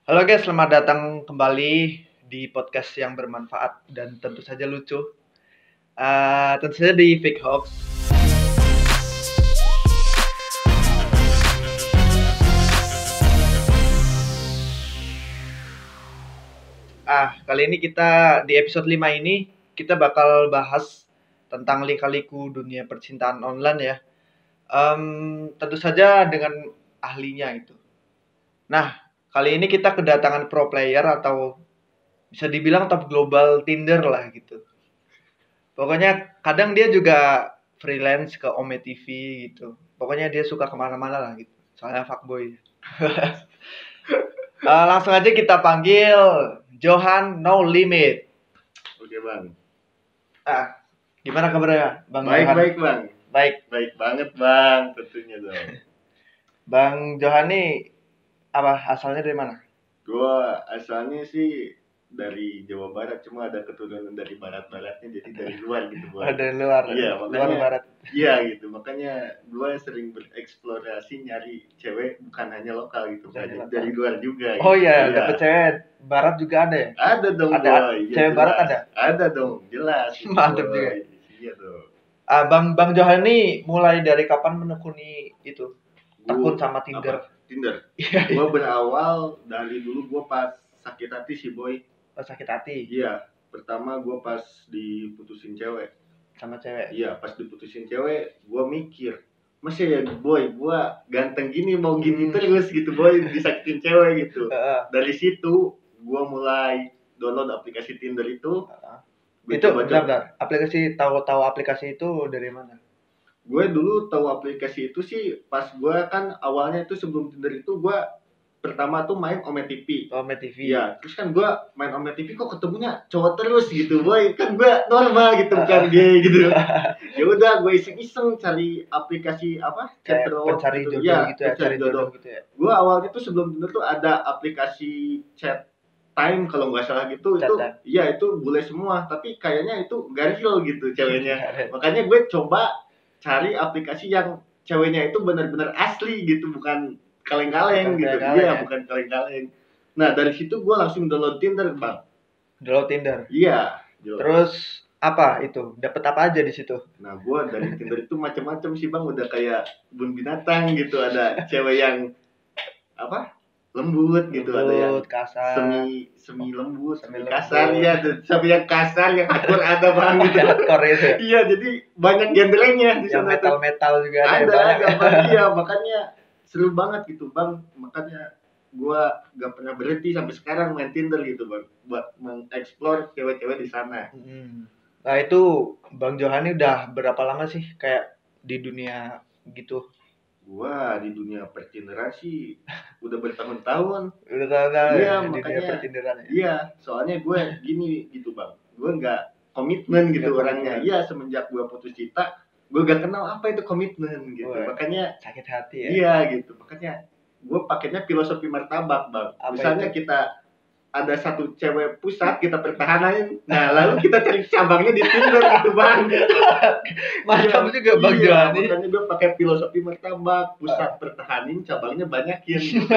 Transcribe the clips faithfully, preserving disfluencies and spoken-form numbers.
Halo guys, selamat datang kembali di podcast yang bermanfaat dan tentu saja lucu. Uh, tentu saja di Fake Hoax. Ah, kali ini kita di episode lima ini kita bakal bahas tentang lika-liku dunia percintaan online ya. Um, tentu saja dengan ahlinya itu. Nah, kali ini kita kedatangan pro player atau bisa dibilang top global Tinder lah gitu. Pokoknya kadang dia juga freelance ke Ome T V gitu. Pokoknya dia suka kemana-mana lah gitu. Soalnya fuckboy. uh, langsung aja kita panggil Johan No Limit. Oke bang. Ah, gimana kabarnya Bang Baik Johan? baik bang. Baik. Baik banget bang, tentunya dong. Bang Johan nih apa asalnya dari mana? Gua asalnya sih dari Jawa Barat, cuma ada keturunan dari barat-baratnya, jadi dari luar gitu bang. Oh, dari luar. Iya, makanya luar barat. Iya gitu, makanya gua sering bereksplorasi nyari cewek bukan hanya lokal gitu, Dari dari, lokal. dari luar juga. Oh gitu. iya, dapet cewek barat juga ada ya? Ada dong Ada boy. Ya, cewek jelas. barat ada? Ada dong, jelas. gitu, Mantep boy. juga. Iya dong. Ah, Bang Bang Johan nih mulai dari kapan menekuni itu? Tekun sama Tinder. Apa? Tinder. Iya. Gua berawal dari dulu gua pas sakit hati sih boy. Oh, sakit hati Iya. Pertama gua pas diputusin cewek. sama cewek. Iya, pas diputusin cewek, gua mikir, masa ya boy, gua ganteng gini mau gini Hmm. terus gitu boy, disakitin cewek gitu. Heeh. Dari situ gua mulai download aplikasi Tinder itu. Heeh. Gua Itu coba-coba. benar-benar aplikasi tahu-tahu aplikasi itu dari mana? Gue dulu tahu aplikasi itu sih pas gue kan awalnya itu sebelum Tinder itu gue pertama tuh main Ome T V. Ome T V. Iya, terus kan gue main Ome T V kok ketemunya cowok terus gitu, boy. Kan gue normal gitu, bukan gay gitu. Ya udah, gue iseng-iseng cari aplikasi apa? Kayak Chatterbox pencari gitu. jodoh Iya, gitu ya, pencari cari jodoh jodoh. gitu ya. Gue awalnya tuh sebelum Tinder tuh ada aplikasi chat time kalau nggak salah gitu. Chat Itu time. iya itu bule semua, tapi kayaknya itu gak real gitu ceweknya. Makanya gue coba cari aplikasi yang ceweknya itu benar-benar asli gitu, bukan kaleng-kaleng Bukan gitu. kaleng-kaleng Iya, ya? bukan kaleng-kaleng. Nah, dari situ gue langsung download Tinder, Bang. Download Tinder. Iya, jelas. Terus apa itu? Dapat apa aja di situ? Nah, gue dari Tinder itu macam-macam sih, Bang. Udah kayak kebun binatang gitu. Ada cewek yang apa? Lembut gitu, Lembut, ada yang kasar. semi semi lembut, Semi semi kasar lembut. ya, sampai yang kasar, yang akur ada Bang gitu. Hardcore itu. Iya, jadi banyak genrenya di Yang sana tuh. metal-metal juga ada, Ada, banyak. ada Bang. Iya, makanya seru banget gitu Bang. Makanya gua gak pernah berhenti sampai sekarang main Tinder gitu Bang, buat mengeksplor cewek-cewek di sana. Hmm. Nah itu Bang Johan ini udah berapa lama sih kayak di dunia gitu? Gua di dunia percintaan sih udah bertahun-tahun. Udah tahu-tahu Iya, ya, di dunia makanya pertinderan ya? Iya, soalnya gue gini gitu Bang. Gue nggak komitmen gitu Nggak orangnya. komitmen. Iya, semenjak gua putus cinta, gue gak kenal apa itu komitmen gitu. Wah, Makanya sakit hati ya? iya gitu. Makanya gue pakainya filosofi martabak Bang. Apa Misalnya itu? kita ada satu cewek pusat kita pertahanin, nah lalu kita cari cabangnya di Tinder gitu Bang. Mantap Iya, juga Bang iya, Johan ini. makanya gue pakai filosofi martabak, pusat pertahanin, cabangnya banyakin. Gitu.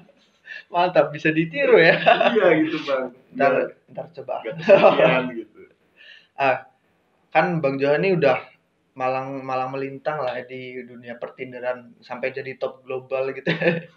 Mantap, bisa ditiru ya? Iya gitu Bang. Ntar, ntar coba. Gak kesepian gitu. Ah, kan Bang Johan ini udah malang malang melintang lah di dunia pertinderan sampai jadi top global gitu.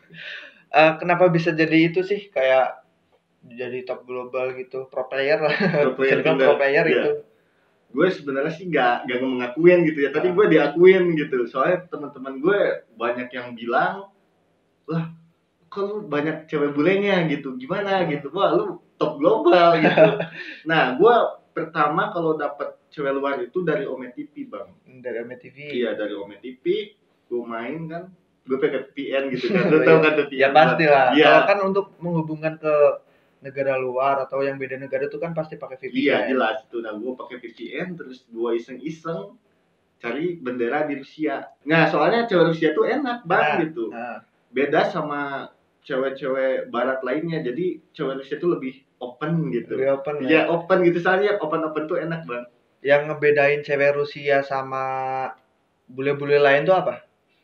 Eh, kenapa bisa jadi itu sih kayak jadi top global gitu, pro player lah, Pro bisa player dibilang Tinder, pro player iya. itu. Gue sebenarnya sih gak, gak mengakuin gitu ya, tapi Ah. gue diakuin gitu. Soalnya teman-teman gue banyak yang bilang, lah kok lu banyak cewek bulenya gitu, gimana gitu, wah lu top global gitu. Nah gue pertama kalau dapet cewek luar itu dari Ome T V Bang. Dari Ome T V. Iya dari Ome T V, gue main kan, gue pakai V P N gitu kan, lu tau kan V P N? Ya pasti lah. Iya. Kalau kan untuk menghubungkan ke negara luar atau yang beda negara itu kan pasti pakai V P N. Iya jelas itu. Nah gue pakai V P N terus gue iseng-iseng cari bendera di Rusia. Nah soalnya cewek Rusia tuh enak banget Nah, gitu. nah. Beda sama cewek-cewek barat lainnya. Jadi cewek Rusia tuh lebih open gitu. Lebih open Iya ya. open gitu, soalnya open-open tuh enak Bang. Yang ngebedain cewek Rusia sama bule-bule lain tuh apa?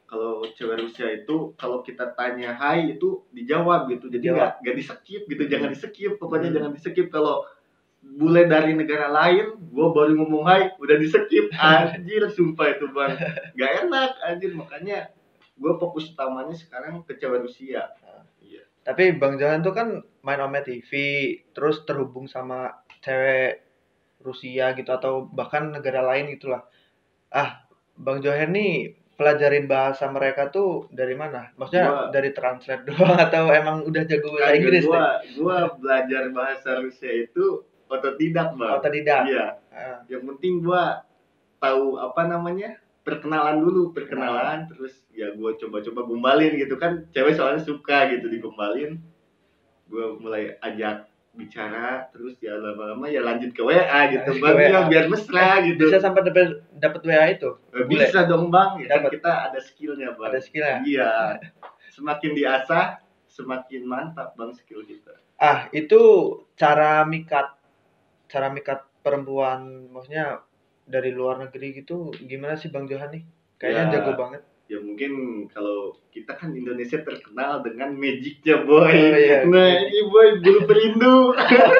kalau cewek Rusia itu kalau kita tanya hai itu dijawab gitu, jadi nggak nggak di skip gitu, hmm. jangan di skip, pokoknya hmm. jangan di skip. Kalau bule dari negara lain, gua baru ngomong hai udah di skip, anjir sumpah itu bang, nggak enak anjir. Makanya gua fokus utamanya sekarang ke cewek Rusia. Nah, iya. Tapi Bang Johan tuh kan main Ome T V, terus terhubung sama cewek Rusia gitu atau bahkan negara lain gitulah. Ah, Bang Johan nih pelajarin bahasa mereka tuh dari mana? Maksudnya gua, dari translate doang atau emang udah jago bahasa Inggris? Gua, deh? Gua belajar bahasa Rusia itu otodidak, Bang. Otodidak. Iya. Ah. Yang penting gua tahu apa namanya? Perkenalan dulu, perkenalan, nah. Terus ya gua coba-coba gombalin gitu kan. Cewek soalnya suka gitu digombalin. Gua mulai ajak bicara, terus ya lama-lama ya lanjut ke W A gitu, Bang, ya biar mesra gitu. Bisa sampai dapat dapat W A itu? Bisa dong, Bang. Ya kan kita ada skillnya, Bang. Ada skillnya. Iya. Semakin diasah, semakin mantap, Bang, skill kita. Ah, itu cara mikat, cara mikat perempuan, maksudnya dari luar negeri gitu, gimana sih Bang Johan nih? Kayaknya ya, jago banget. Ya mungkin kalau kita kan Indonesia terkenal dengan magicnya, boy. Oh, iya. Nah ini boy bulu perindu.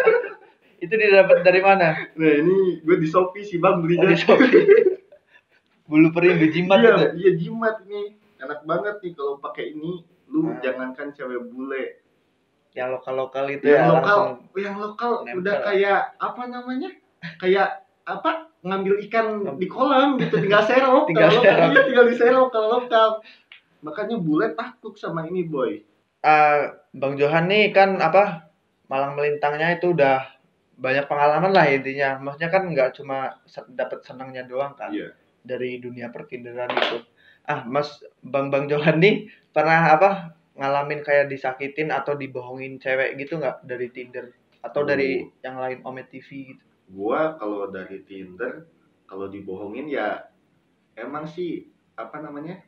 Itu didapat dari mana? Nah ini gue di Shopee sih bang belinya. Oh, di Shopee. Bulu perindu jimat iya, itu. Iya jimat nih, enak banget nih kalau pakai ini. Lu nah. Jangankan cewek bule. Yang lokal-lokal itu yang ya. Lokal, yang lokal nempel. Udah kayak apa namanya? Kayak apa? Ngambil ikan di kolam gitu, tinggal serok. tinggal kalau serok. Lokal, tinggal diserok kalau lokal. Makanya bule takut sama ini, boy. Uh, Bang Johan nih kan apa malang melintangnya itu udah banyak pengalaman lah intinya. Maksudnya kan nggak cuma dapat senangnya doang kan, yeah. Dari dunia pertinderan itu. Ah, Mas Bang Bang Johan nih pernah apa ngalamin kayak disakitin atau dibohongin cewek gitu nggak dari Tinder atau oh. dari yang lain Ome T V gitu? Gua kalau dari Tinder kalau dibohongin ya emang sih apa namanya,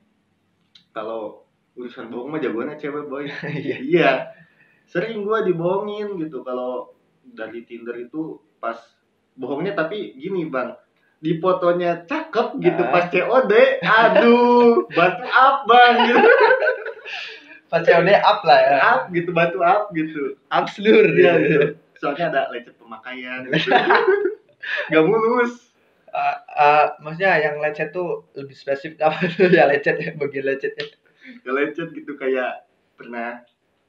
kalau urusan bohong mah jagoannya cewek, boy. Iya, sering gua dibohongin gitu kalau dari Tinder itu pas bohongnya. Tapi gini bang, di fotonya cakep gitu, pas C O D aduh batu up bang gitu. Pas C O D up lah ya, up gitu, batu up gitu, up seluruh ya, gitu. Soalnya ada lecet pemakaian gitu. Gak mulus. Uh, uh, maksudnya yang lecet tuh lebih spesifik apa tuh ya lecet ya, bagi lecetnya? Ya lecet gitu kayak pernah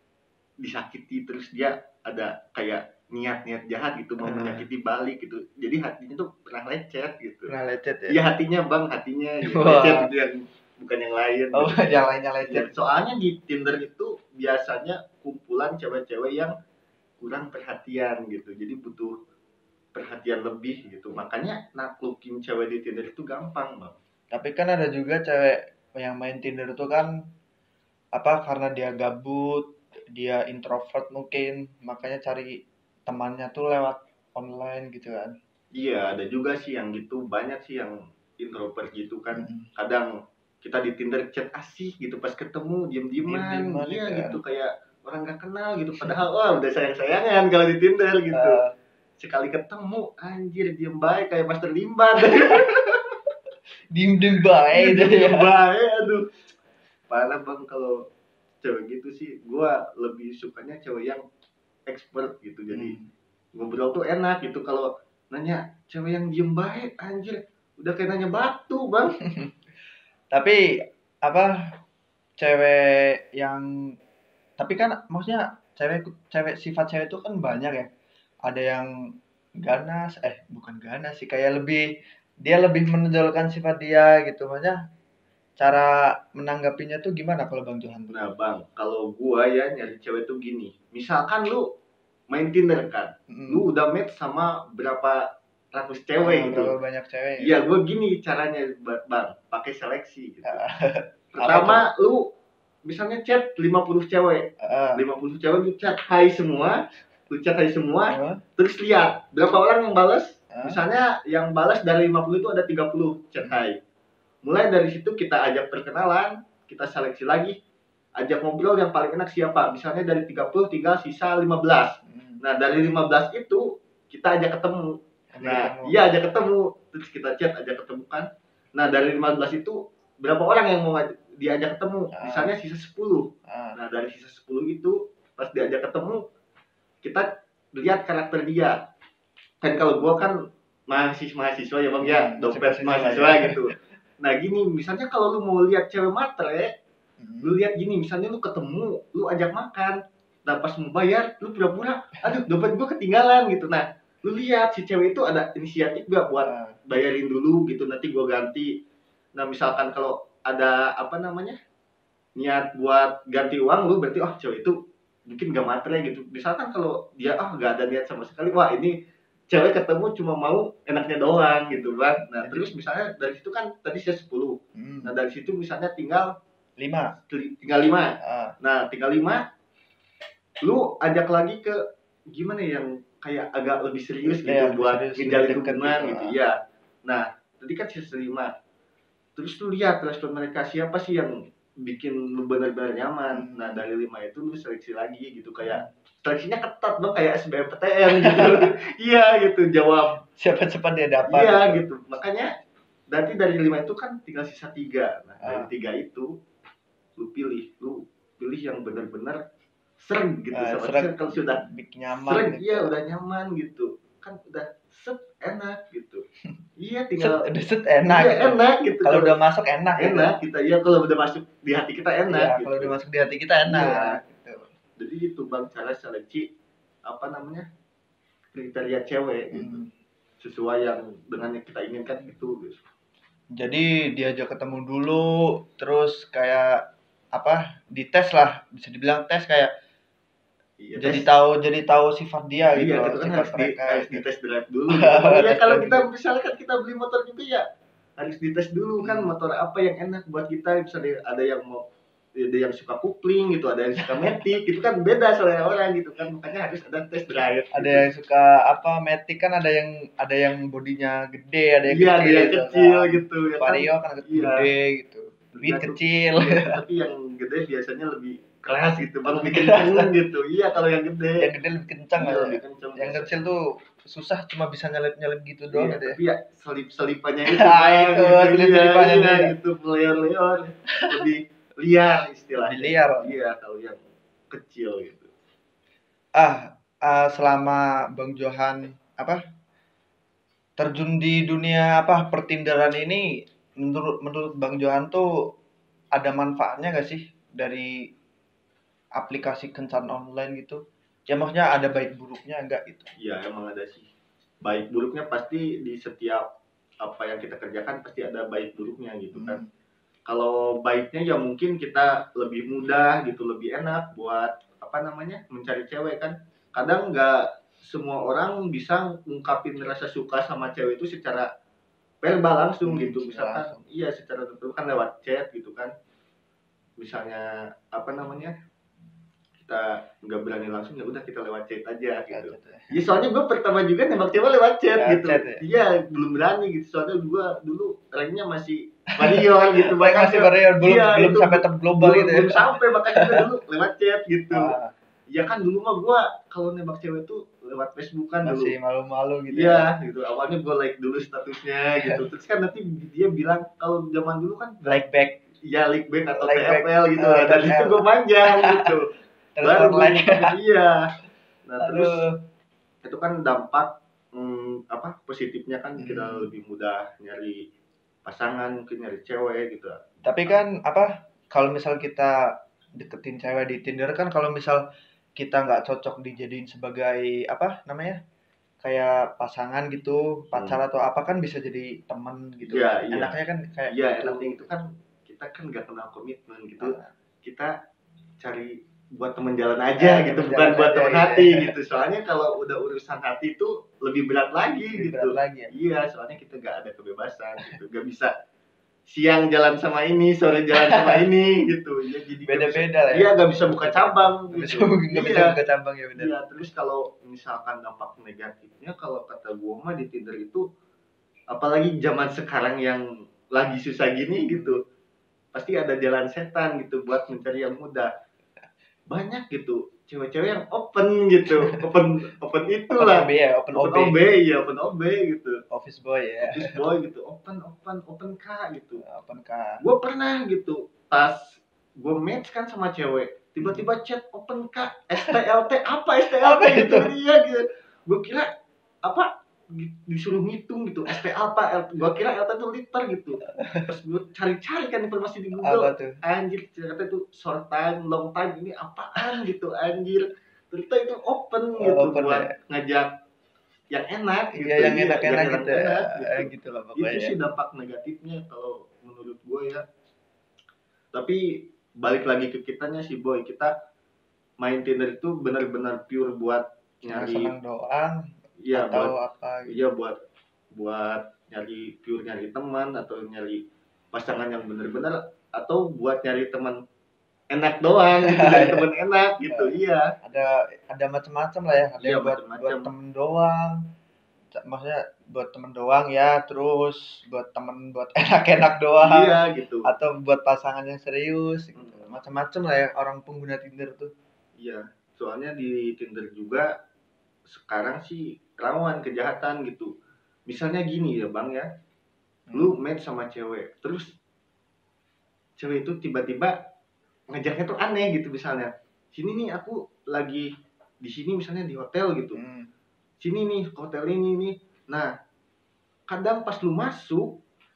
disakiti terus dia ada kayak niat-niat jahat gitu mau uh. menyakiti balik gitu. Jadi hatinya tuh pernah lecet gitu. Pernah lecet ya? Iya hatinya bang, hatinya gitu. Lecet gitu yang bukan yang lain. Oh, gitu. Yang lainnya lecet. Ya, soalnya di Tinder itu biasanya kumpulan cewek-cewek yang kurang perhatian gitu, jadi butuh perhatian lebih gitu. Makanya naklukin cewek di Tinder itu gampang bang. Tapi kan ada juga cewek yang main Tinder itu kan apa karena dia gabut, dia introvert mungkin, makanya cari temannya tuh lewat online gitu kan. Iya ada juga sih yang gitu, banyak sih yang introvert gitu kan. Mm-hmm. Kadang kita di Tinder chat asik gitu, pas ketemu diem-dieman, iya kan? Gitu kayak orang gak kenal gitu, padahal wah udah sayang-sayangan kalau di Tinder gitu. Uh, Sekali ketemu anjir diem baik kayak Master Limbat. Diem-diem baik gitu ya. Diem baik, aduh. Parah bang kalau cewek gitu sih. Gua lebih sukanya cewek yang expert gitu. Jadi hmm. ngobrol tuh enak gitu. Kalau nanya cewek yang diem baik anjir udah kayak nanya batu bang. Tapi apa cewek yang tapi kan maksudnya cewek cewek sifat cewek itu kan banyak ya. Ada yang ganas, eh bukan ganas sih, kayak lebih dia lebih menonjolkan sifat dia gitu. Maksudnya cara menanggapinya tuh gimana kalau Bang Johan? Nah bang, kalau gua ya nyari cewek tuh gini. Misalkan lu main Tinder kan, mm. lu udah match sama berapa ratus cewek oh, gitu. Berapa banyak cewek? Iya, gua gini caranya bang, pakai seleksi gitu. Pertama lu misalnya chat lima puluh cewek, uh. lima puluh cewek lu chat hai semua, lu chat hai semua, uh. terus lihat berapa orang yang balas. Uh. Misalnya yang balas dari lima puluh itu ada tiga puluh chat hai. Mulai dari situ kita ajak perkenalan, kita seleksi lagi, ajak ngobrol yang paling enak siapa. Misalnya dari tiga puluh tinggal sisa lima belas. Hmm. Nah dari lima belas itu kita ajak ketemu. Ajak nah ketemu. Iya ajak ketemu, terus kita chat ajak ketemu kan. Nah dari lima belas itu berapa orang yang mau diajak ketemu, Ah. misalnya sisa sepuluh. Ah. Nah dari sisa sepuluh itu pas diajak ketemu kita lihat karakter dia. Kan kalau gua kan mahasiswa mahasiswa ya bang ya, Hmm, dompet mahasiswa mahasiswa ya. gitu. Nah gini, misalnya kalau lu mau lihat cewek matre, Hmm. lu lihat gini, misalnya lu ketemu, lu ajak makan, dan pas mau bayar, lu pura-pura, aduh dompet gua ketinggalan gitu. Nah, lu lihat si cewek itu ada inisiatif gak buat Ah. bayarin dulu gitu, nanti gua ganti. Nah misalkan kalau ada apa namanya niat buat ganti uang, lu berarti oh cewek itu mungkin gak matre gitu. Misalkan kalau dia ah gak ada niat sama sekali, wah ini cewek ketemu cuma mau enaknya doang gitu kan. Nah terus misalnya dari situ kan tadi saya sepuluh. Hmm. Nah dari situ misalnya tinggal lima. tinggal lima. Ah. Nah tinggal lima, lu ajak lagi ke gimana yang kayak agak lebih serius gitu Ya, buat serius, menjalin lebih dekat hubungan gitu. gitu ya. Nah tadi kan sisa lima. Terus lu lihat respon mereka siapa sih yang bikin lu benar-benar nyaman. Hmm. Nah dari lima itu lu seleksi lagi gitu, kayak seleksinya ketat dong kayak S B M P T N gitu. Iya gitu, jawab Siapa cepat dia dapat. iya gitu. gitu. Makanya nanti dari lima itu kan tinggal sisa tiga. Nah dari Ah. tiga itu lu pilih, lu pilih yang benar-benar sering gitu. Ah, sama sering. kalau sudah Bikin nyaman sering gitu. iya udah nyaman gitu kan, udah set enak gitu. Iya Set, tinggal udah set enak. iya gitu. enak gitu. Kalau udah masuk enak. enak gitu. kita ya kalau udah masuk di hati kita enak Iya, gitu. kalau udah masuk di hati kita enak. Iya. Gitu. Jadi itu bang cara seleksi apa namanya kriteria cewek gitu. Hmm. Sesuai yang dengan yang kita inginkan gitu. Jadi diajak ketemu dulu, terus kayak apa? Dites lah, bisa dibilang tes kayak. Iya, jadi tes. tahu jadi tahu sifat dia gitu. Iya, itu kan sifat harus di mereka, harus gitu. dites drive dulu. Gitu. Ya kalau kita misalnya kan kita beli motor juga ya harus dites dulu kan, motor apa yang enak buat kita. Misalnya ada yang mau ada yang suka kupling gitu, ada yang suka matic gitu kan, beda selera orang gitu kan, makanya harus ada test drive. Ada gitu. yang suka apa matic kan, ada yang ada yang bodinya gede, ada yang iya, kecil, ada yang gitu, kecil kan. gitu ya kan. Vario kan Iya. gede gitu. Beat kecil. Iya, tapi yang gede biasanya lebih keras gitu, bang lebih kenceng gitu. Iya kalau yang gede. Yang gede lebih kencang iya, aja. lebih kenceng. Yang kecil tuh susah, cuma bisa nyelip-nyelip gitu doang iya, gitu ya. Tapi ya selip-selipannya itu, Ah, bang, itu, gitu. selip-selipannya iya, dia. iya, gitu, leor-leor, lebih liar istilahnya. Lebih liar. Iya, kalau yang kecil gitu. Ah, ah, selama Bang Johan apa terjun di dunia apa pertindaran ini, menurut menurut Bang Johan tuh ada manfaatnya gak sih dari aplikasi kencan online gitu? Ya maksudnya ada baik buruknya enggak gitu? Iya, emang ada sih. Baik buruknya pasti di setiap apa yang kita kerjakan pasti ada baik buruknya gitu kan. Hmm. Kalau baiknya ya mungkin kita lebih mudah gitu, lebih enak buat apa namanya mencari cewek kan. Kadang nggak semua orang bisa ngungkapin rasa suka sama cewek itu secara verbal langsung Hmm, gitu. Misalkan langsung. iya secara tertulis kan lewat chat gitu kan. Misalnya apa namanya kita nggak berani langsung, ya udah kita lewat chat aja gitu. Ya soalnya gue pertama juga nembak cewek lewat chat Lewat gitu. chat, ya? Iya belum berani gitu. Soalnya gue dulu ranknya masih warrior gitu. Rank masih warrior, belum iya, belum itu sampai top global belum, gitu ya. belum sampai, makanya gue dulu lewat chat gitu. Ah, Ya kan dulu mah gue kalau nembak cewek tuh lewat Facebook kan dulu. masih malu-malu gitu. Iya gitu. Awalnya gue like dulu statusnya gitu. Terus kan nanti dia bilang kalau zaman dulu kan Like back. ya like back atau Like T F L back. gitu. Oh, Nah, dari T F L. situ gue panjang gitu. Terus Baru gue online. ngikutin dia. Nah terus Aduh. itu kan dampak hmm, apa positifnya kan Hmm. kita lebih mudah nyari pasangan, mungkin nyari cewek gitu. Tapi kan apa kalau misal kita deketin cewek di Tinder kan, kalau misal kita nggak cocok dijadiin sebagai apa namanya kayak pasangan gitu, pacar Hmm. atau apa kan bisa jadi teman gitu. Iya, iya. Enaknya kan kayak Iya, gitu. enaknya itu kan kita kan nggak kenal komitmen gitu. Ah. Kita cari buat temen jalan aja Ah, gitu, temen bukan jalan buat aja, temen iya. hati gitu. Soalnya kalau udah urusan hati itu lebih berat lagi Lebih gitu. berat lagi ya? Iya, soalnya kita nggak ada kebebasan gitu, nggak bisa siang jalan sama ini, sore jalan sama ini gitu. Ya, jadi nggak Beda-beda bisa- lah ya. Iya, nggak bisa buka cabang Nggak bisa gitu. nggak bisa Iya. buka cabang ya benar. Iya, terus kalau misalkan dampak negatifnya, kalau kata gua mah di Tinder itu, apalagi zaman sekarang yang lagi susah gini gitu, pasti ada jalan setan gitu buat mencari yang mudah. Banyak gitu cewek-cewek yang open gitu, open open itulah. Open O B ya, open O B. Open O B ya, open O B gitu. Office boy ya. Office boy gitu, open open open K gitu. Open K. Gua pernah gitu tas gue match kan sama cewek, tiba-tiba chat open kak S T L T apa S T L T gitu dia gitu. Gue kira apa disuruh ngitung gitu S T apa, gue kira L T itu liter gitu. Pas gue cari-cari kan informasi di Google, anjir ternyata itu short time, long time, ini apaan gitu anjir. Ternyata itu open oh, gitu open buat ya. Ngajak yang enak gitu. Iya, yang enak-enak gitu, enak, gitu. Eh, gitu lah pokoknya. Itu sih dampak negatifnya kalau menurut gue ya. Tapi balik lagi ke kitanya sih Boy, kita main Tinder itu benar-benar pure buat nyari senang doang. Iya, atau buat apa gitu. Iya buat buat nyari pure nyari teman atau nyari pasangan yang benar-benar, atau buat nyari teman enak doang gitu, dari teman enak gitu. Iya. Ada ada macam-macam lah ya. Ada iya, yang buat buat temen doang. Maksudnya buat temen doang ya, terus buat temen buat enak-enak doang. Iya gitu. Atau buat pasangan yang serius gitu. Hmm. Macam-macam lah ya orang pengguna Tinder tuh. Iya, soalnya di Tinder juga sekarang sih rawan kejahatan gitu. Misalnya gini ya Bang ya, hmm. lu match sama cewek, terus cewek itu tiba-tiba ngajaknya tuh aneh gitu. Misalnya, sini nih aku lagi di sini misalnya di hotel gitu, hmm. sini nih hotel ini nih. Nah kadang pas lu masuk,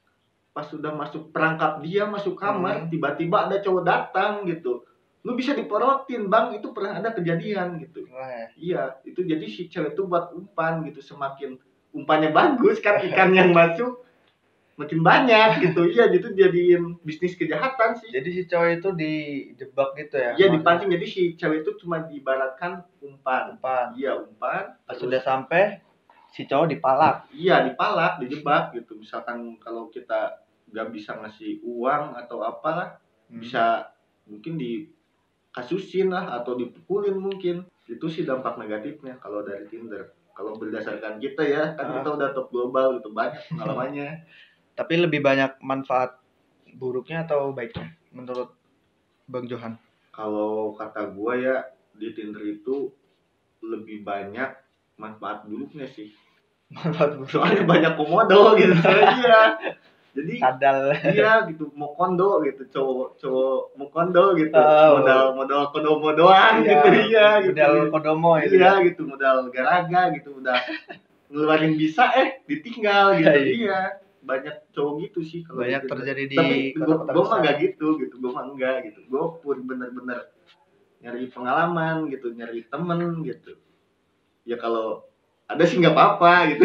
pas sudah masuk perangkap dia masuk kamar, hmm. tiba-tiba ada cowok datang gitu. Lu bisa diporotin Bang, itu pernah ada kejadian gitu. Oh, iya, itu jadi si cewek itu buat umpan gitu, semakin umpannya bagus kan ikan yang masuk makin banyak gitu. Iya, gitu jadiin bisnis kejahatan sih. Jadi si cewek itu dijebak gitu ya? Iya, dipancing. Jadi si cewek itu cuma diibaratkan umpan. Umpan. Iya, umpan. Pas sudah sampai si cowok dipalak. Iya, dipalak, dijebak gitu. Misalkan kalau kita nggak bisa ngasih uang atau apalah, hmm. bisa mungkin dikasusin lah atau dipukulin mungkin. Itu sih dampak negatifnya kalau dari Tinder. Kalau berdasarkan kita ya, kan uh. kita udah top global gitu, banyak pengalamannya. Tapi lebih banyak manfaat buruknya atau baiknya menurut Bang Johan? Kalau kata gua ya, di Tinder itu lebih banyak manfaat buruknya sih. Manfaat buruk. Soalnya banyak komodo gitu. Iya. Jadi kadal. Iya gitu, mau kondo gitu, cowok cowok mau kondo gitu. Oh. Modal modal kodomo doang iya, gitu iya gitu. Modal kodomo itu. Iya ya. Gitu, modal garaga gitu, udah ngeluarin bisa eh ditinggal gitu. Iya. iya. Banyak cowok gitu sih kalau banyak gitu. Terjadi di tapi kota-kota gue mah gak gitu gitu gue mah enggak gitu, gue pun bener-bener nyari pengalaman gitu, nyari temen gitu ya, kalau ada sih nggak apa-apa gitu.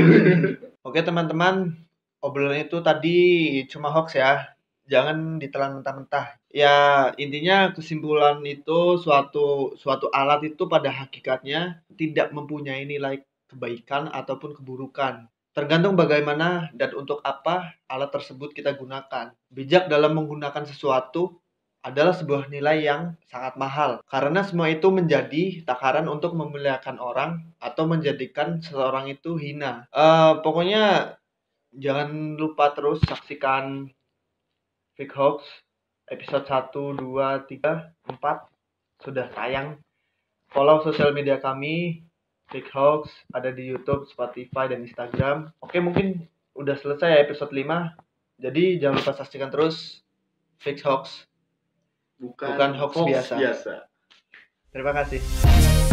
Oke teman-teman, obrolan itu tadi cuma hoax ya, jangan ditelan mentah-mentah ya. Intinya kesimpulan itu suatu suatu alat itu pada hakikatnya tidak mempunyai nilai kebaikan ataupun keburukan. Tergantung bagaimana dan untuk apa alat tersebut kita gunakan. Bijak dalam menggunakan sesuatu adalah sebuah nilai yang sangat mahal. Karena semua itu menjadi takaran untuk memuliakan orang atau menjadikan seseorang itu hina. Uh, pokoknya jangan lupa terus saksikan Fake Hoax episode satu, dua, tiga, empat. Sudah tayang. Follow sosial media kami. Fake Hoax ada di YouTube, Spotify, dan Instagram. Oke, mungkin udah selesai episode lima. Jadi jangan lupa saksikan terus Fake Hoax. Bukan, Bukan hoax, hoax biasa. biasa. Terima kasih.